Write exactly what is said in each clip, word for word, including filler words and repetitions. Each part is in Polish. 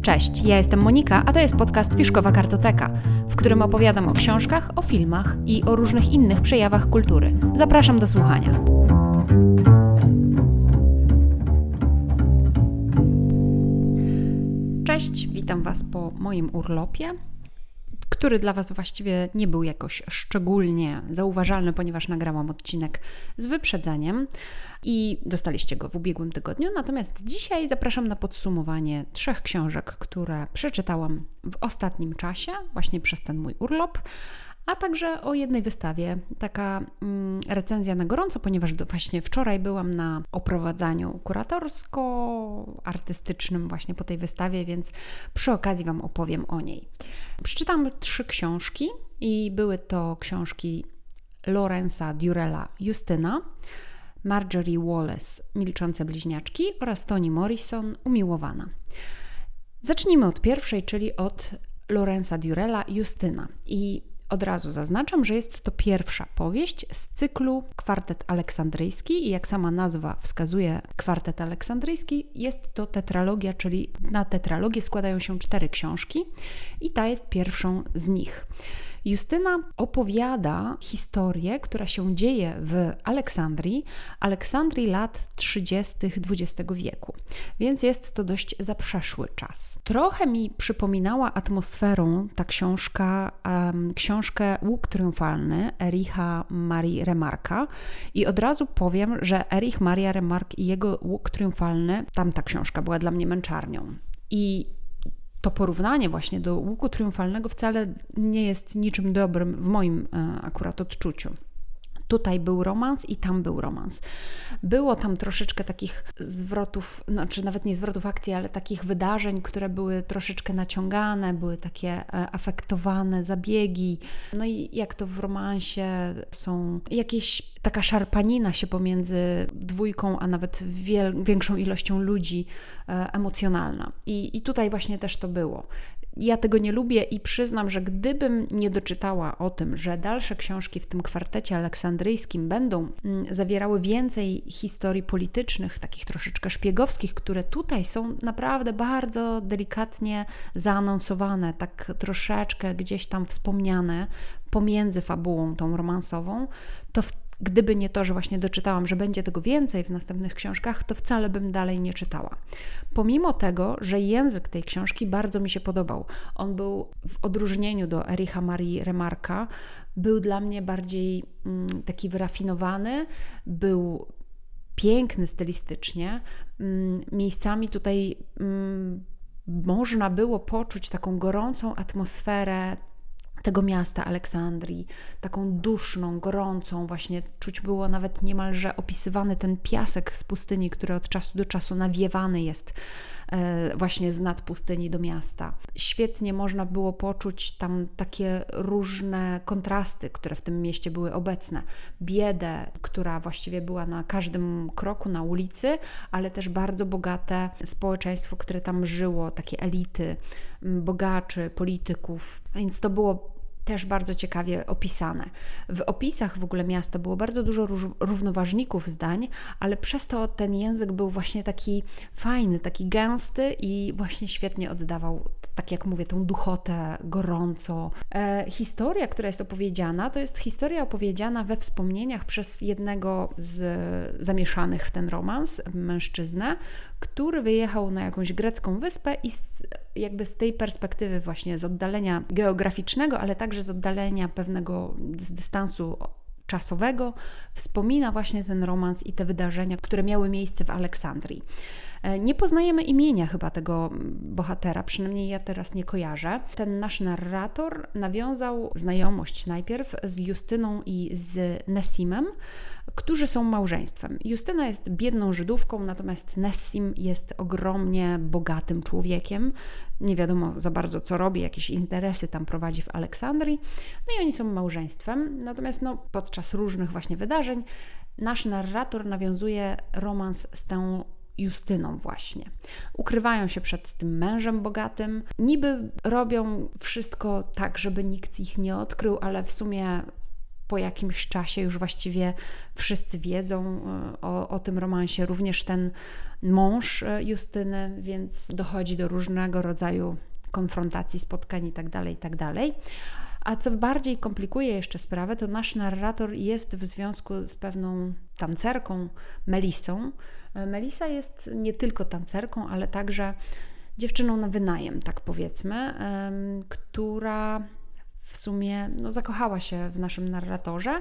Cześć, ja jestem Monika, a to jest podcast Fiszkowa Kartoteka, w którym opowiadam o książkach, o filmach i o różnych innych przejawach kultury. Zapraszam do słuchania. Cześć, witam Was po moim urlopie, który dla Was właściwie nie był jakoś szczególnie zauważalny, ponieważ nagrałam odcinek z wyprzedzeniem i dostaliście go w ubiegłym tygodniu. Natomiast dzisiaj zapraszam na podsumowanie trzech książek, które przeczytałam w ostatnim czasie, właśnie przez ten mój urlop, a także o jednej wystawie, taka mm, recenzja na gorąco, ponieważ do, właśnie wczoraj byłam na oprowadzaniu kuratorsko-artystycznym właśnie po tej wystawie, więc przy okazji Wam opowiem o niej. Przeczytałam trzy książki i były to książki Lawrence'a Durrella Justyna, Marjorie Wallace Milczące bliźniaczki oraz Toni Morrison Umiłowana. Zacznijmy od pierwszej, czyli od Lawrence'a Durrella Justyna. I od razu zaznaczam, że jest to pierwsza powieść z cyklu Kwartet Aleksandryjski i jak sama nazwa wskazuje, Kwartet Aleksandryjski jest to tetralogia, czyli na tetralogię składają się cztery książki i ta jest pierwszą z nich. Justyna opowiada historię, która się dzieje w Aleksandrii, Aleksandrii lat trzydziestych dwudziestego wieku, więc jest to dość zaprzeszły czas. Trochę mi przypominała atmosferą ta książka, um, książkę Łuk Triumfalny Ericha Marii Remarque'a i od razu powiem, że Erich Maria Remarque i jego Łuk Triumfalny, tamta książka była dla mnie męczarnią. I to porównanie właśnie do Łuku Triumfalnego wcale nie jest niczym dobrym w moim e, akurat odczuciu. Tutaj był romans i tam był romans. Było tam troszeczkę takich zwrotów, znaczy nawet nie zwrotów akcji, ale takich wydarzeń, które były troszeczkę naciągane, były takie e, afektowane zabiegi. No i jak to w romansie są jakieś taka szarpanina się pomiędzy dwójką, a nawet wiel- większą ilością ludzi e, emocjonalna. I, I tutaj właśnie też to było. Ja tego nie lubię i przyznam, że gdybym nie doczytała o tym, że dalsze książki w tym kwartecie aleksandryjskim będą mm, zawierały więcej historii politycznych, takich troszeczkę szpiegowskich, które tutaj są naprawdę bardzo delikatnie zaanonsowane, tak troszeczkę gdzieś tam wspomniane pomiędzy fabułą tą romansową, to w Gdyby nie to, że właśnie doczytałam, że będzie tego więcej w następnych książkach, to wcale bym dalej nie czytała. Pomimo tego, że język tej książki bardzo mi się podobał. On był w odróżnieniu do Ericha Marii Remarque'a, był dla mnie bardziej mm, taki wyrafinowany, był piękny stylistycznie. Mm, miejscami tutaj mm, można było poczuć taką gorącą atmosferę tego miasta Aleksandrii, taką duszną, gorącą, właśnie czuć było nawet niemalże opisywany ten piasek z pustyni, który od czasu do czasu nawiewany jest e, właśnie z nad pustyni do miasta. Świetnie można było poczuć tam takie różne kontrasty, które w tym mieście były obecne. Biedę, która właściwie była na każdym kroku na ulicy, ale też bardzo bogate społeczeństwo, które tam żyło, takie elity, bogaczy, polityków, więc to było też bardzo ciekawie opisane. W opisach w ogóle miasta było bardzo dużo róż- równoważników zdań, ale przez to ten język był właśnie taki fajny, taki gęsty i właśnie świetnie oddawał, tak jak mówię, tą duchotę, gorąco. E, historia, która jest opowiedziana, to jest historia opowiedziana we wspomnieniach przez jednego z zamieszanych w ten romans, mężczyznę, który wyjechał na jakąś grecką wyspę i z, jakby z tej perspektywy właśnie z oddalenia geograficznego, ale także z oddalenia pewnego z dystansu czasowego wspomina właśnie ten romans i te wydarzenia, które miały miejsce w Aleksandrii. Nie poznajemy imienia chyba tego bohatera, przynajmniej ja teraz nie kojarzę. Ten nasz narrator nawiązał znajomość najpierw z Justyną i z Nessimem, którzy są małżeństwem. Justyna jest biedną Żydówką, natomiast Nessim jest ogromnie bogatym człowiekiem. Nie wiadomo za bardzo, co robi, jakieś interesy tam prowadzi w Aleksandrii. No i oni są małżeństwem. Natomiast no, podczas różnych właśnie wydarzeń nasz narrator nawiązuje romans z tą Justyną właśnie. Ukrywają się przed tym mężem bogatym. Niby robią wszystko tak, żeby nikt ich nie odkrył, ale w sumie po jakimś czasie już właściwie wszyscy wiedzą o, o tym romansie, również ten mąż Justyny, więc dochodzi do różnego rodzaju konfrontacji, spotkań itd., itd. A co bardziej komplikuje jeszcze sprawę, to nasz narrator jest w związku z pewną tancerką, Melissą. Melissa jest nie tylko tancerką, ale także dziewczyną na wynajem, tak powiedzmy, która w sumie no, zakochała się w naszym narratorze,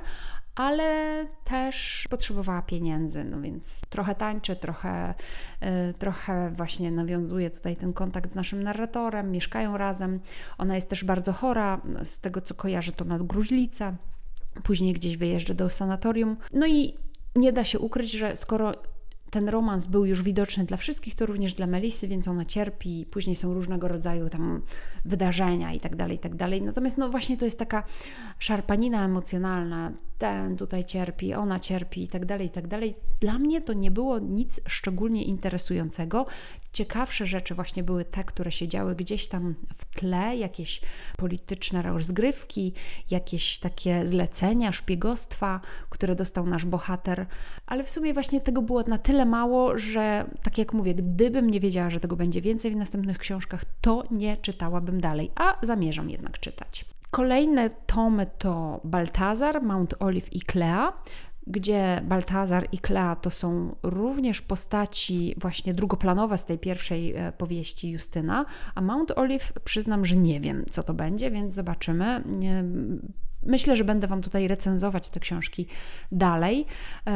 ale też potrzebowała pieniędzy, no więc trochę tańczy, trochę, y, trochę właśnie nawiązuje tutaj ten kontakt z naszym narratorem, mieszkają razem. Ona jest też bardzo chora, z tego co kojarzę to nadgruźlica, później gdzieś wyjeżdża do sanatorium. No i nie da się ukryć, że skoro ten romans był już widoczny dla wszystkich, to również dla Melissy, więc ona cierpi, później są różnego rodzaju tam wydarzenia i tak dalej, i tak dalej. Natomiast no właśnie to jest taka szarpanina emocjonalna, ten tutaj cierpi, ona cierpi i tak dalej, i tak dalej. Dla mnie to nie było nic szczególnie interesującego. Ciekawsze rzeczy właśnie były te, które się działy gdzieś tam w tle, jakieś polityczne rozgrywki, jakieś takie zlecenia, szpiegostwa, które dostał nasz bohater, ale w sumie właśnie tego było na tyle mało, że tak jak mówię, gdybym nie wiedziała, że tego będzie więcej w następnych książkach, to nie czytałabym dalej, a zamierzam jednak czytać. Kolejne tomy to Baltazar, Mount Olive i Clea, gdzie Baltazar i Clea to są również postaci właśnie drugoplanowe z tej pierwszej powieści Justyna, a Mount Olive przyznam, że nie wiem, co to będzie, więc zobaczymy. Myślę, że będę Wam tutaj recenzować te książki dalej.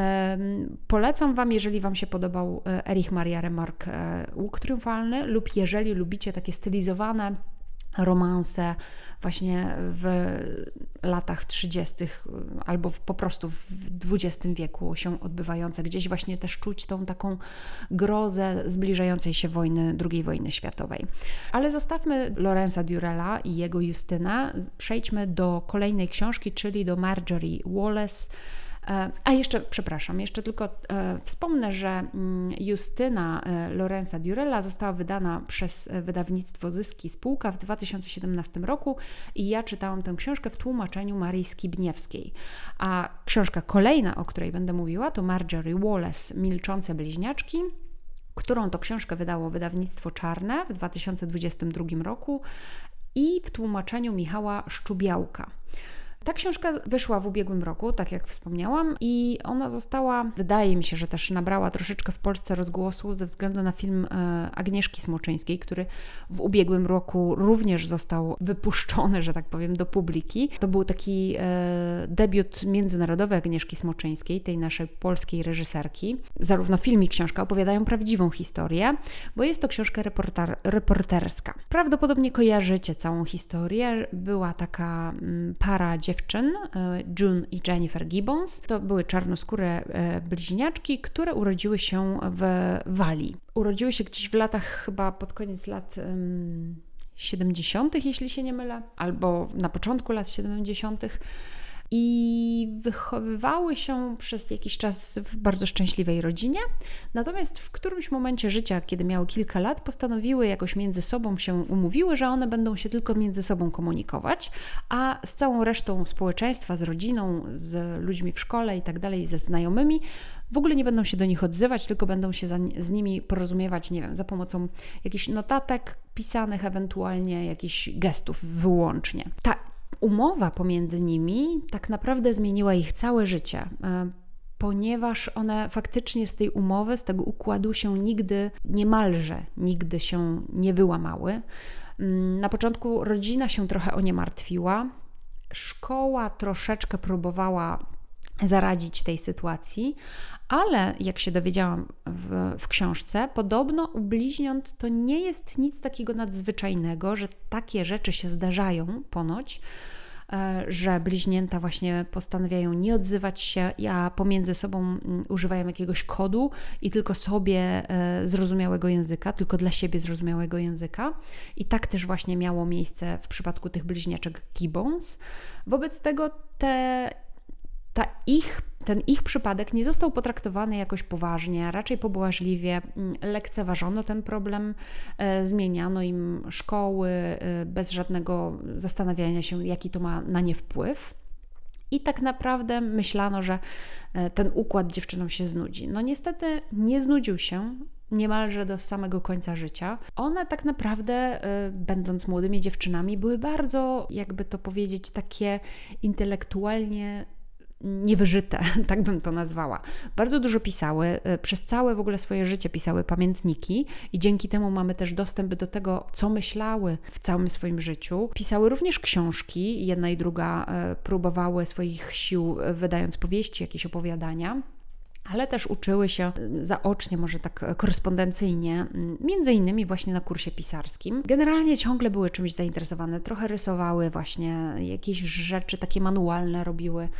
Polecam Wam, jeżeli Wam się podobał Erich Maria Remarque Łuk Triumfalny lub jeżeli lubicie takie stylizowane romanse właśnie w latach trzydziestych albo po prostu w dwudziestym wieku się odbywające. Gdzieś właśnie też czuć tą taką grozę zbliżającej się wojny, drugiej wojny światowej. Ale zostawmy Lawrence'a Durrella i jego Justynę. Przejdźmy do kolejnej książki, czyli do Marjorie Wallace. A jeszcze, przepraszam, jeszcze tylko e, wspomnę, że Justyna e, Lawrence'a Durrella została wydana przez wydawnictwo Zyski Spółka w dwa tysiące siedemnastym roku i ja czytałam tę książkę w tłumaczeniu Marii Skibniewskiej. A książka kolejna, o której będę mówiła, to Marjorie Wallace, Milczące bliźniaczki, którą to książkę wydało wydawnictwo Czarne w dwa tysiące dwudziestym drugim roku i w tłumaczeniu Michała Szczubiałka. Ta książka wyszła w ubiegłym roku, tak jak wspomniałam, i ona została, wydaje mi się, że też nabrała troszeczkę w Polsce rozgłosu ze względu na film Agnieszki Smoczyńskiej, który w ubiegłym roku również został wypuszczony, że tak powiem, do publiki. To był taki debiut międzynarodowy Agnieszki Smoczyńskiej, tej naszej polskiej reżyserki. Zarówno film i książka opowiadają prawdziwą historię, bo jest to książka reporter, reporterska. Prawdopodobnie kojarzycie całą historię. Była taka para dziewczyn, June i Jennifer Gibbons. To były czarnoskóre bliźniaczki, które urodziły się w Walii. Urodziły się gdzieś w latach, chyba pod koniec lat um, siedemdziesiątych, jeśli się nie mylę, albo na początku lat siedemdziesiątych. I wychowywały się przez jakiś czas w bardzo szczęśliwej rodzinie, natomiast w którymś momencie życia, kiedy miały kilka lat, postanowiły jakoś między sobą się umówiły, że one będą się tylko między sobą komunikować, a z całą resztą społeczeństwa, z rodziną, z ludźmi w szkole i tak dalej, ze znajomymi, w ogóle nie będą się do nich odzywać, tylko będą się za, z nimi porozumiewać, nie wiem, za pomocą jakichś notatek pisanych, ewentualnie jakichś gestów wyłącznie. Ta umowa pomiędzy nimi tak naprawdę zmieniła ich całe życie, ponieważ one faktycznie z tej umowy, z tego układu się nigdy, niemalże nigdy się nie wyłamały. Na początku rodzina się trochę o nie martwiła, szkoła troszeczkę próbowała zaradzić tej sytuacji, ale jak się dowiedziałam w, w książce, podobno u bliźniąt to nie jest nic takiego nadzwyczajnego, że takie rzeczy się zdarzają ponoć, że bliźnięta właśnie postanawiają nie odzywać się, a pomiędzy sobą używają jakiegoś kodu i tylko sobie zrozumiałego języka, tylko dla siebie zrozumiałego języka. I tak też właśnie miało miejsce w przypadku tych bliźniaczek Gibbons. Wobec tego te Ta ich, ten ich przypadek nie został potraktowany jakoś poważnie, raczej pobłażliwie, lekceważono ten problem, e, zmieniano im szkoły e, bez żadnego zastanawiania się, jaki to ma na nie wpływ. I tak naprawdę myślano, że ten układ dziewczynom się znudzi. No niestety nie znudził się niemalże do samego końca życia. One tak naprawdę, będąc młodymi dziewczynami, były bardzo, jakby to powiedzieć, takie intelektualnie niewyżyte, tak bym to nazwała. Bardzo dużo pisały, przez całe w ogóle swoje życie pisały pamiętniki i dzięki temu mamy też dostęp do tego, co myślały w całym swoim życiu. Pisały również książki, jedna i druga próbowały swoich sił, wydając powieści, jakieś opowiadania, ale też uczyły się zaocznie, może tak korespondencyjnie, między innymi właśnie na kursie pisarskim. Generalnie ciągle były czymś zainteresowane, trochę rysowały właśnie, jakieś rzeczy takie manualne robiły,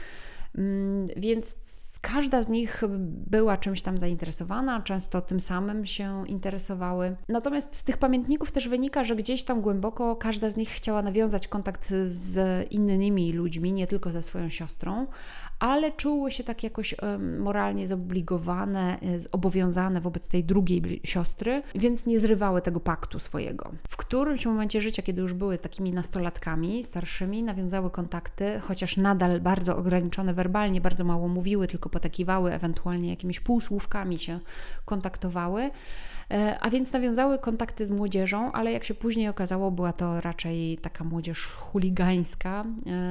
więc każda z nich była czymś tam zainteresowana, często tym samym się interesowały. Natomiast z tych pamiętników też wynika, że gdzieś tam głęboko każda z nich chciała nawiązać kontakt z innymi ludźmi, nie tylko ze swoją siostrą, ale czuły się tak jakoś moralnie zobligowane, zobowiązane wobec tej drugiej siostry, więc nie zrywały tego paktu swojego. W którymś momencie życia, kiedy już były takimi nastolatkami starszymi, nawiązały kontakty, chociaż nadal bardzo ograniczone werbalnie, bardzo mało mówiły, tylko potakiwały, ewentualnie jakimiś półsłówkami się kontaktowały, a więc nawiązały kontakty z młodzieżą, ale jak się później okazało, była to raczej taka młodzież chuligańska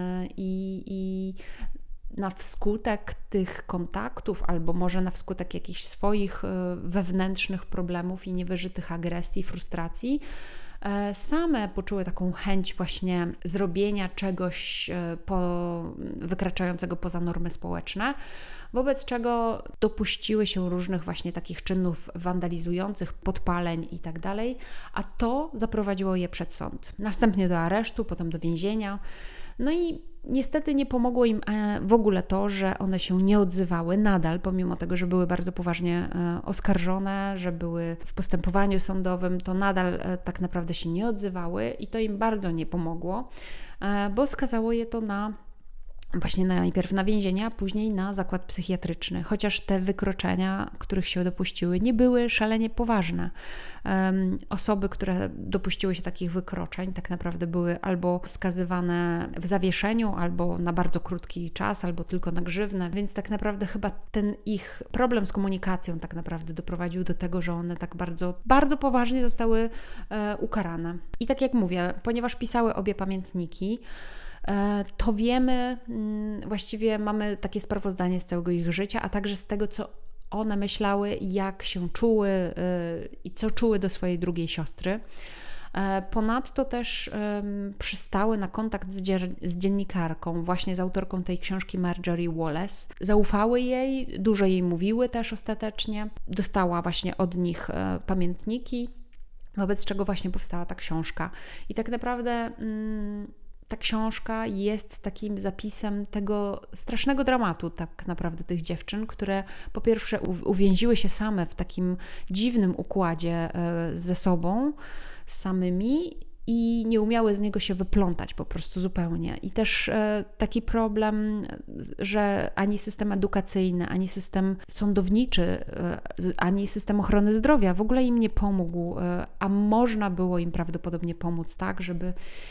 i, i na wskutek tych kontaktów, albo może na wskutek jakichś swoich wewnętrznych problemów i niewyżytych agresji, frustracji, same poczuły taką chęć właśnie zrobienia czegoś po, wykraczającego poza normy społeczne, wobec czego dopuściły się różnych właśnie takich czynów wandalizujących, podpaleń i tak dalej, a to zaprowadziło je przed sąd. Następnie do aresztu, potem do więzienia. No i niestety nie pomogło im w ogóle to, że one się nie odzywały nadal, pomimo tego, że były bardzo poważnie oskarżone, że były w postępowaniu sądowym, to nadal tak naprawdę się nie odzywały i to im bardzo nie pomogło, bo skazało je to na właśnie najpierw na więzienie, a później na zakład psychiatryczny, chociaż te wykroczenia, których się dopuściły, nie były szalenie poważne. Um, osoby, które dopuściły się takich wykroczeń, tak naprawdę były albo skazywane w zawieszeniu, albo na bardzo krótki czas, albo tylko na grzywnę, więc tak naprawdę chyba ten ich problem z komunikacją tak naprawdę doprowadził do tego, że one tak bardzo, bardzo poważnie zostały e, ukarane. I tak jak mówię, ponieważ pisały obie pamiętniki, to wiemy, właściwie mamy takie sprawozdanie z całego ich życia, a także z tego, co one myślały, jak się czuły i co czuły do swojej drugiej siostry. Ponadto też przystały na kontakt z, dzie- z dziennikarką, właśnie z autorką tej książki Marjorie Wallace. Zaufały jej, dużo jej mówiły też ostatecznie. Dostała właśnie od nich pamiętniki, wobec czego właśnie powstała ta książka. I tak naprawdę mm, ta książka jest takim zapisem tego strasznego dramatu tak naprawdę tych dziewczyn, które po pierwsze uwięziły się same w takim dziwnym układzie ze sobą, z samymi i nie umiały z niego się wyplątać po prostu zupełnie. I też e, taki problem, że ani system edukacyjny, ani system sądowniczy, e, ani system ochrony zdrowia w ogóle im nie pomógł, e, a można było im prawdopodobnie pomóc tak, żeby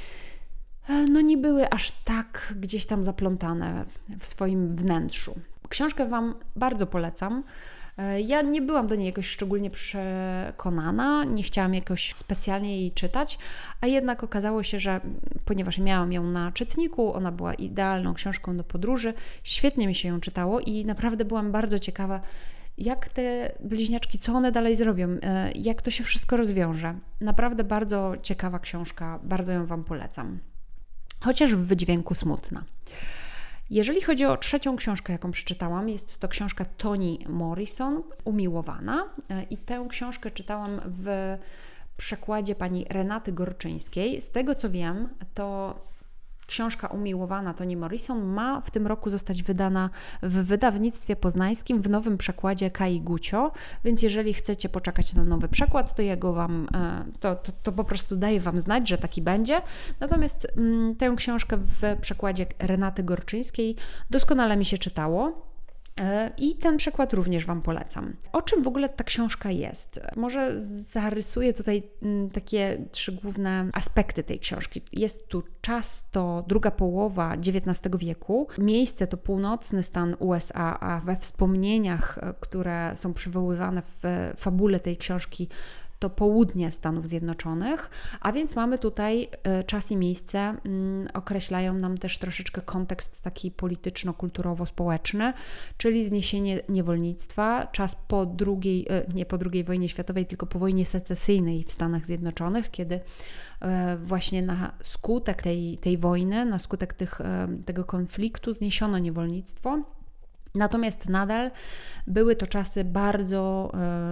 no nie były aż tak gdzieś tam zaplątane w swoim wnętrzu. Książkę Wam bardzo polecam. Ja nie byłam do niej jakoś szczególnie przekonana, nie chciałam jakoś specjalnie jej czytać, a jednak okazało się, że ponieważ miałam ją na czytniku, ona była idealną książką do podróży, świetnie mi się ją czytało i naprawdę byłam bardzo ciekawa, jak te bliźniaczki, co one dalej zrobią, jak to się wszystko rozwiąże. Naprawdę bardzo ciekawa książka, bardzo ją Wam polecam. Chociaż w wydźwięku smutna. Jeżeli chodzi o trzecią książkę, jaką przeczytałam, jest to książka Toni Morrison, Umiłowana. I tę książkę czytałam w przekładzie pani Renaty Gorczyńskiej. Z tego co wiem, to książka Umiłowana Toni Morrison ma w tym roku zostać wydana w wydawnictwie poznańskim w nowym przekładzie Kai Gucio, więc jeżeli chcecie poczekać na nowy przekład, to ja go Wam, to, to, to po prostu daję Wam znać, że taki będzie. Natomiast m, tę książkę w przekładzie Renaty Gorczyńskiej doskonale mi się czytało. I ten przekład również Wam polecam. O czym w ogóle ta książka jest? Może zarysuję tutaj takie trzy główne aspekty tej książki. Jest tu czas, to druga połowa dziewiętnastego wieku, miejsce to północny stan U S A, a we wspomnieniach, które są przywoływane w fabule tej książki, to południe Stanów Zjednoczonych, a więc mamy tutaj czas i miejsce, określają nam też troszeczkę kontekst taki polityczno-kulturowo-społeczny, czyli zniesienie niewolnictwa, czas po drugiej, nie po drugiej wojnie światowej, tylko po wojnie secesyjnej w Stanach Zjednoczonych, kiedy właśnie na skutek tej, tej wojny, na skutek tych, tego konfliktu zniesiono niewolnictwo. Natomiast nadal były to czasy bardzo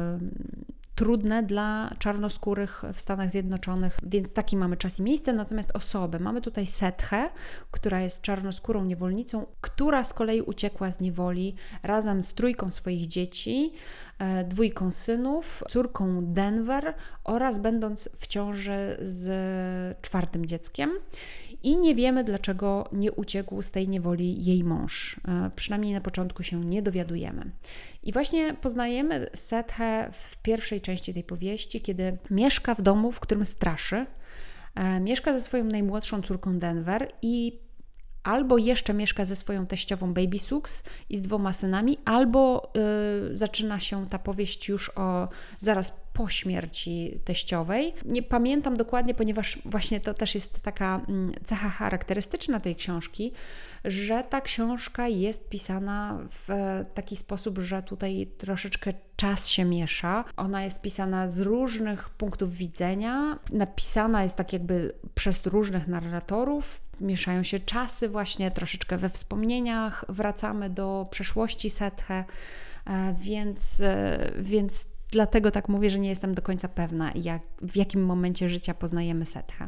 trudne dla czarnoskórych w Stanach Zjednoczonych, więc taki mamy czas i miejsce. Natomiast osobę, mamy tutaj Sethe, która jest czarnoskórą niewolnicą, która z kolei uciekła z niewoli razem z trójką swoich dzieci, dwójką synów, córką Denver oraz będąc w ciąży z czwartym dzieckiem. I nie wiemy, dlaczego nie uciekł z tej niewoli jej mąż. Przynajmniej na początku się nie dowiadujemy. I właśnie poznajemy Sethe w pierwszej części tej powieści, kiedy mieszka w domu, w którym straszy. Mieszka ze swoją najmłodszą córką Denver i albo jeszcze mieszka ze swoją teściową Baby Sux i z dwoma synami, albo y, zaczyna się ta powieść już o zaraz po śmierci teściowej. Nie pamiętam dokładnie, ponieważ właśnie to też jest taka cecha charakterystyczna tej książki, że ta książka jest pisana w taki sposób, że tutaj troszeczkę czas się miesza. Ona jest pisana z różnych punktów widzenia, napisana jest tak jakby przez różnych narratorów, mieszają się czasy właśnie, troszeczkę we wspomnieniach, wracamy do przeszłości Sethe, więc, więc dlatego tak mówię, że nie jestem do końca pewna, jak, w jakim momencie życia poznajemy Sethe.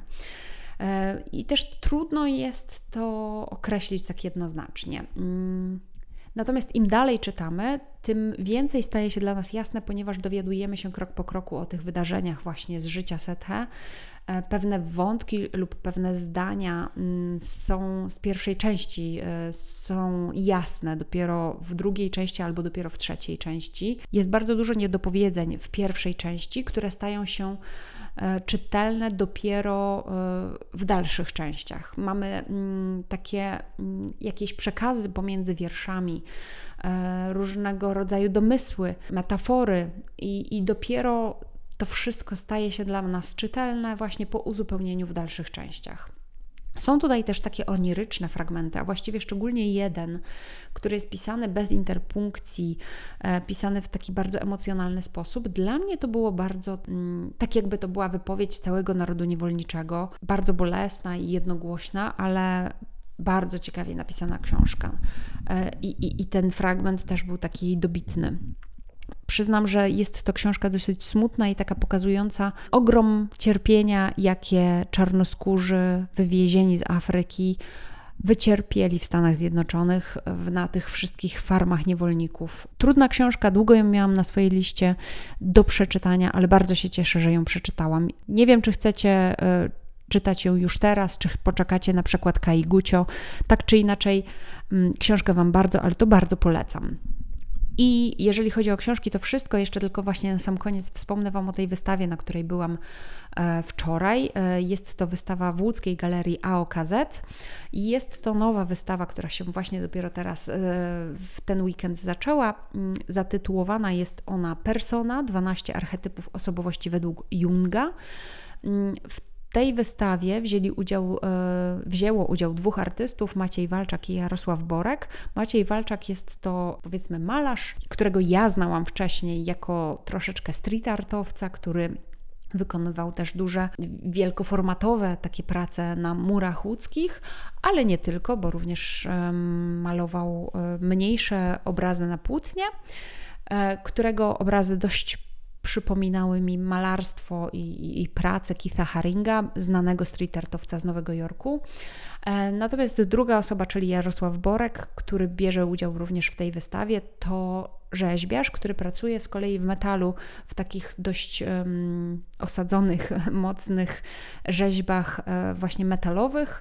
I też trudno jest to określić tak jednoznacznie. Natomiast im dalej czytamy, tym więcej staje się dla nas jasne, ponieważ dowiadujemy się krok po kroku o tych wydarzeniach właśnie z życia Sethe. Pewne wątki lub pewne zdania są z pierwszej części, są jasne dopiero w drugiej części albo dopiero w trzeciej części. Jest bardzo dużo niedopowiedzeń w pierwszej części, które stają się czytelne dopiero w dalszych częściach. Mamy takie jakieś przekazy pomiędzy wierszami, różnego rodzaju domysły, metafory i, i dopiero to wszystko staje się dla nas czytelne właśnie po uzupełnieniu w dalszych częściach. Są tutaj też takie oniryczne fragmenty, a właściwie szczególnie jeden, który jest pisany bez interpunkcji, e, pisany w taki bardzo emocjonalny sposób. Dla mnie to było bardzo, mm, tak jakby to była wypowiedź całego narodu niewolniczego, bardzo bolesna i jednogłośna, ale bardzo ciekawie napisana książka. E, i, I ten fragment też był taki dobitny. Przyznam, że jest to książka dosyć smutna i taka pokazująca ogrom cierpienia, jakie czarnoskórzy wywiezieni z Afryki wycierpieli w Stanach Zjednoczonych na tych wszystkich farmach niewolników. Trudna książka, długo ją miałam na swojej liście do przeczytania, ale bardzo się cieszę, że ją przeczytałam. Nie wiem, czy chcecie y, czytać ją już teraz, czy poczekacie na przykład Kai Gucio. Tak czy inaczej, y, książkę Wam bardzo, ale to bardzo polecam. I jeżeli chodzi o książki, to wszystko. Jeszcze tylko właśnie na sam koniec wspomnę Wam o tej wystawie, na której byłam e, wczoraj. E, jest to wystawa w łódzkiej galerii A O K Z i jest to nowa wystawa, która się właśnie dopiero teraz e, w ten weekend zaczęła. Zatytułowana jest ona Persona, dwanaście archetypów osobowości według Junga. W W tej wystawie wzięli udział, wzięło udział dwóch artystów, Maciej Walczak i Jarosław Borek. Maciej Walczak jest to, powiedzmy, malarz, którego ja znałam wcześniej jako troszeczkę street artowca, który wykonywał też duże, wielkoformatowe takie prace na murach łódzkich, ale nie tylko, bo również malował mniejsze obrazy na płótnie, którego obrazy dość przypominały mi malarstwo i, i, i pracę Keitha Haringa, znanego street artowca z Nowego Jorku. E, natomiast druga osoba, czyli Jarosław Borek, który bierze udział również w tej wystawie, to rzeźbiarz, który pracuje z kolei w metalu, w takich dość um, osadzonych, mocnych rzeźbach e, właśnie metalowych.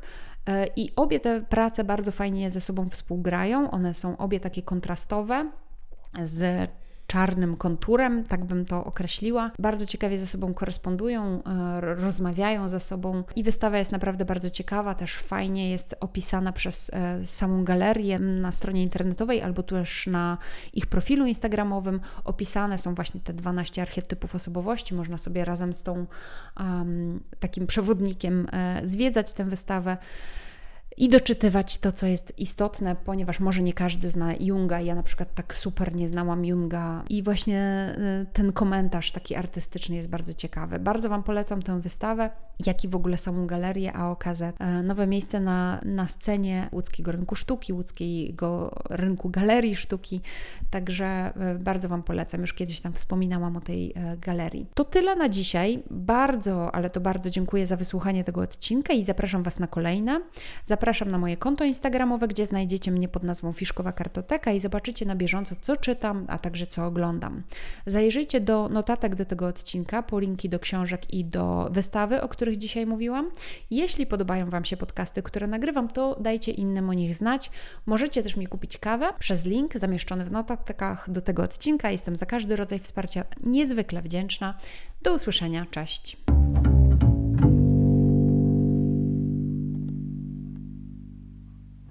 I obie te prace bardzo fajnie ze sobą współgrają. One są obie takie kontrastowe, z czarnym konturem, tak bym to określiła. Bardzo ciekawie ze sobą korespondują, rozmawiają ze sobą i wystawa jest naprawdę bardzo ciekawa, też fajnie jest opisana przez samą galerię na stronie internetowej albo też na ich profilu instagramowym. Opisane są właśnie te dwanaście archetypów osobowości. Można sobie razem z tą um, takim przewodnikiem zwiedzać tę wystawę i doczytywać to, co jest istotne, ponieważ może nie każdy zna Junga. Ja na przykład tak super nie znałam Junga i właśnie ten komentarz taki artystyczny jest bardzo ciekawy. Bardzo Wam polecam tę wystawę, jak i w ogóle samą galerię A O K Z. Nowe miejsce na, na scenie łódzkiego rynku sztuki, łódzkiego rynku galerii sztuki, także bardzo Wam polecam. Już kiedyś tam wspominałam o tej galerii. To tyle na dzisiaj. Bardzo, ale to bardzo dziękuję za wysłuchanie tego odcinka i zapraszam Was na kolejne. Zapraszam na moje konto instagramowe, gdzie znajdziecie mnie pod nazwą Fiszkowa Kartoteka i zobaczycie na bieżąco, co czytam, a także co oglądam. Zajrzyjcie do notatek do tego odcinka, po linki do książek i do wystawy, o których dzisiaj mówiłam. Jeśli podobają Wam się podcasty, które nagrywam, to dajcie innym o nich znać. Możecie też mi kupić kawę przez link zamieszczony w notatkach do tego odcinka. Jestem za każdy rodzaj wsparcia niezwykle wdzięczna. Do usłyszenia. Cześć!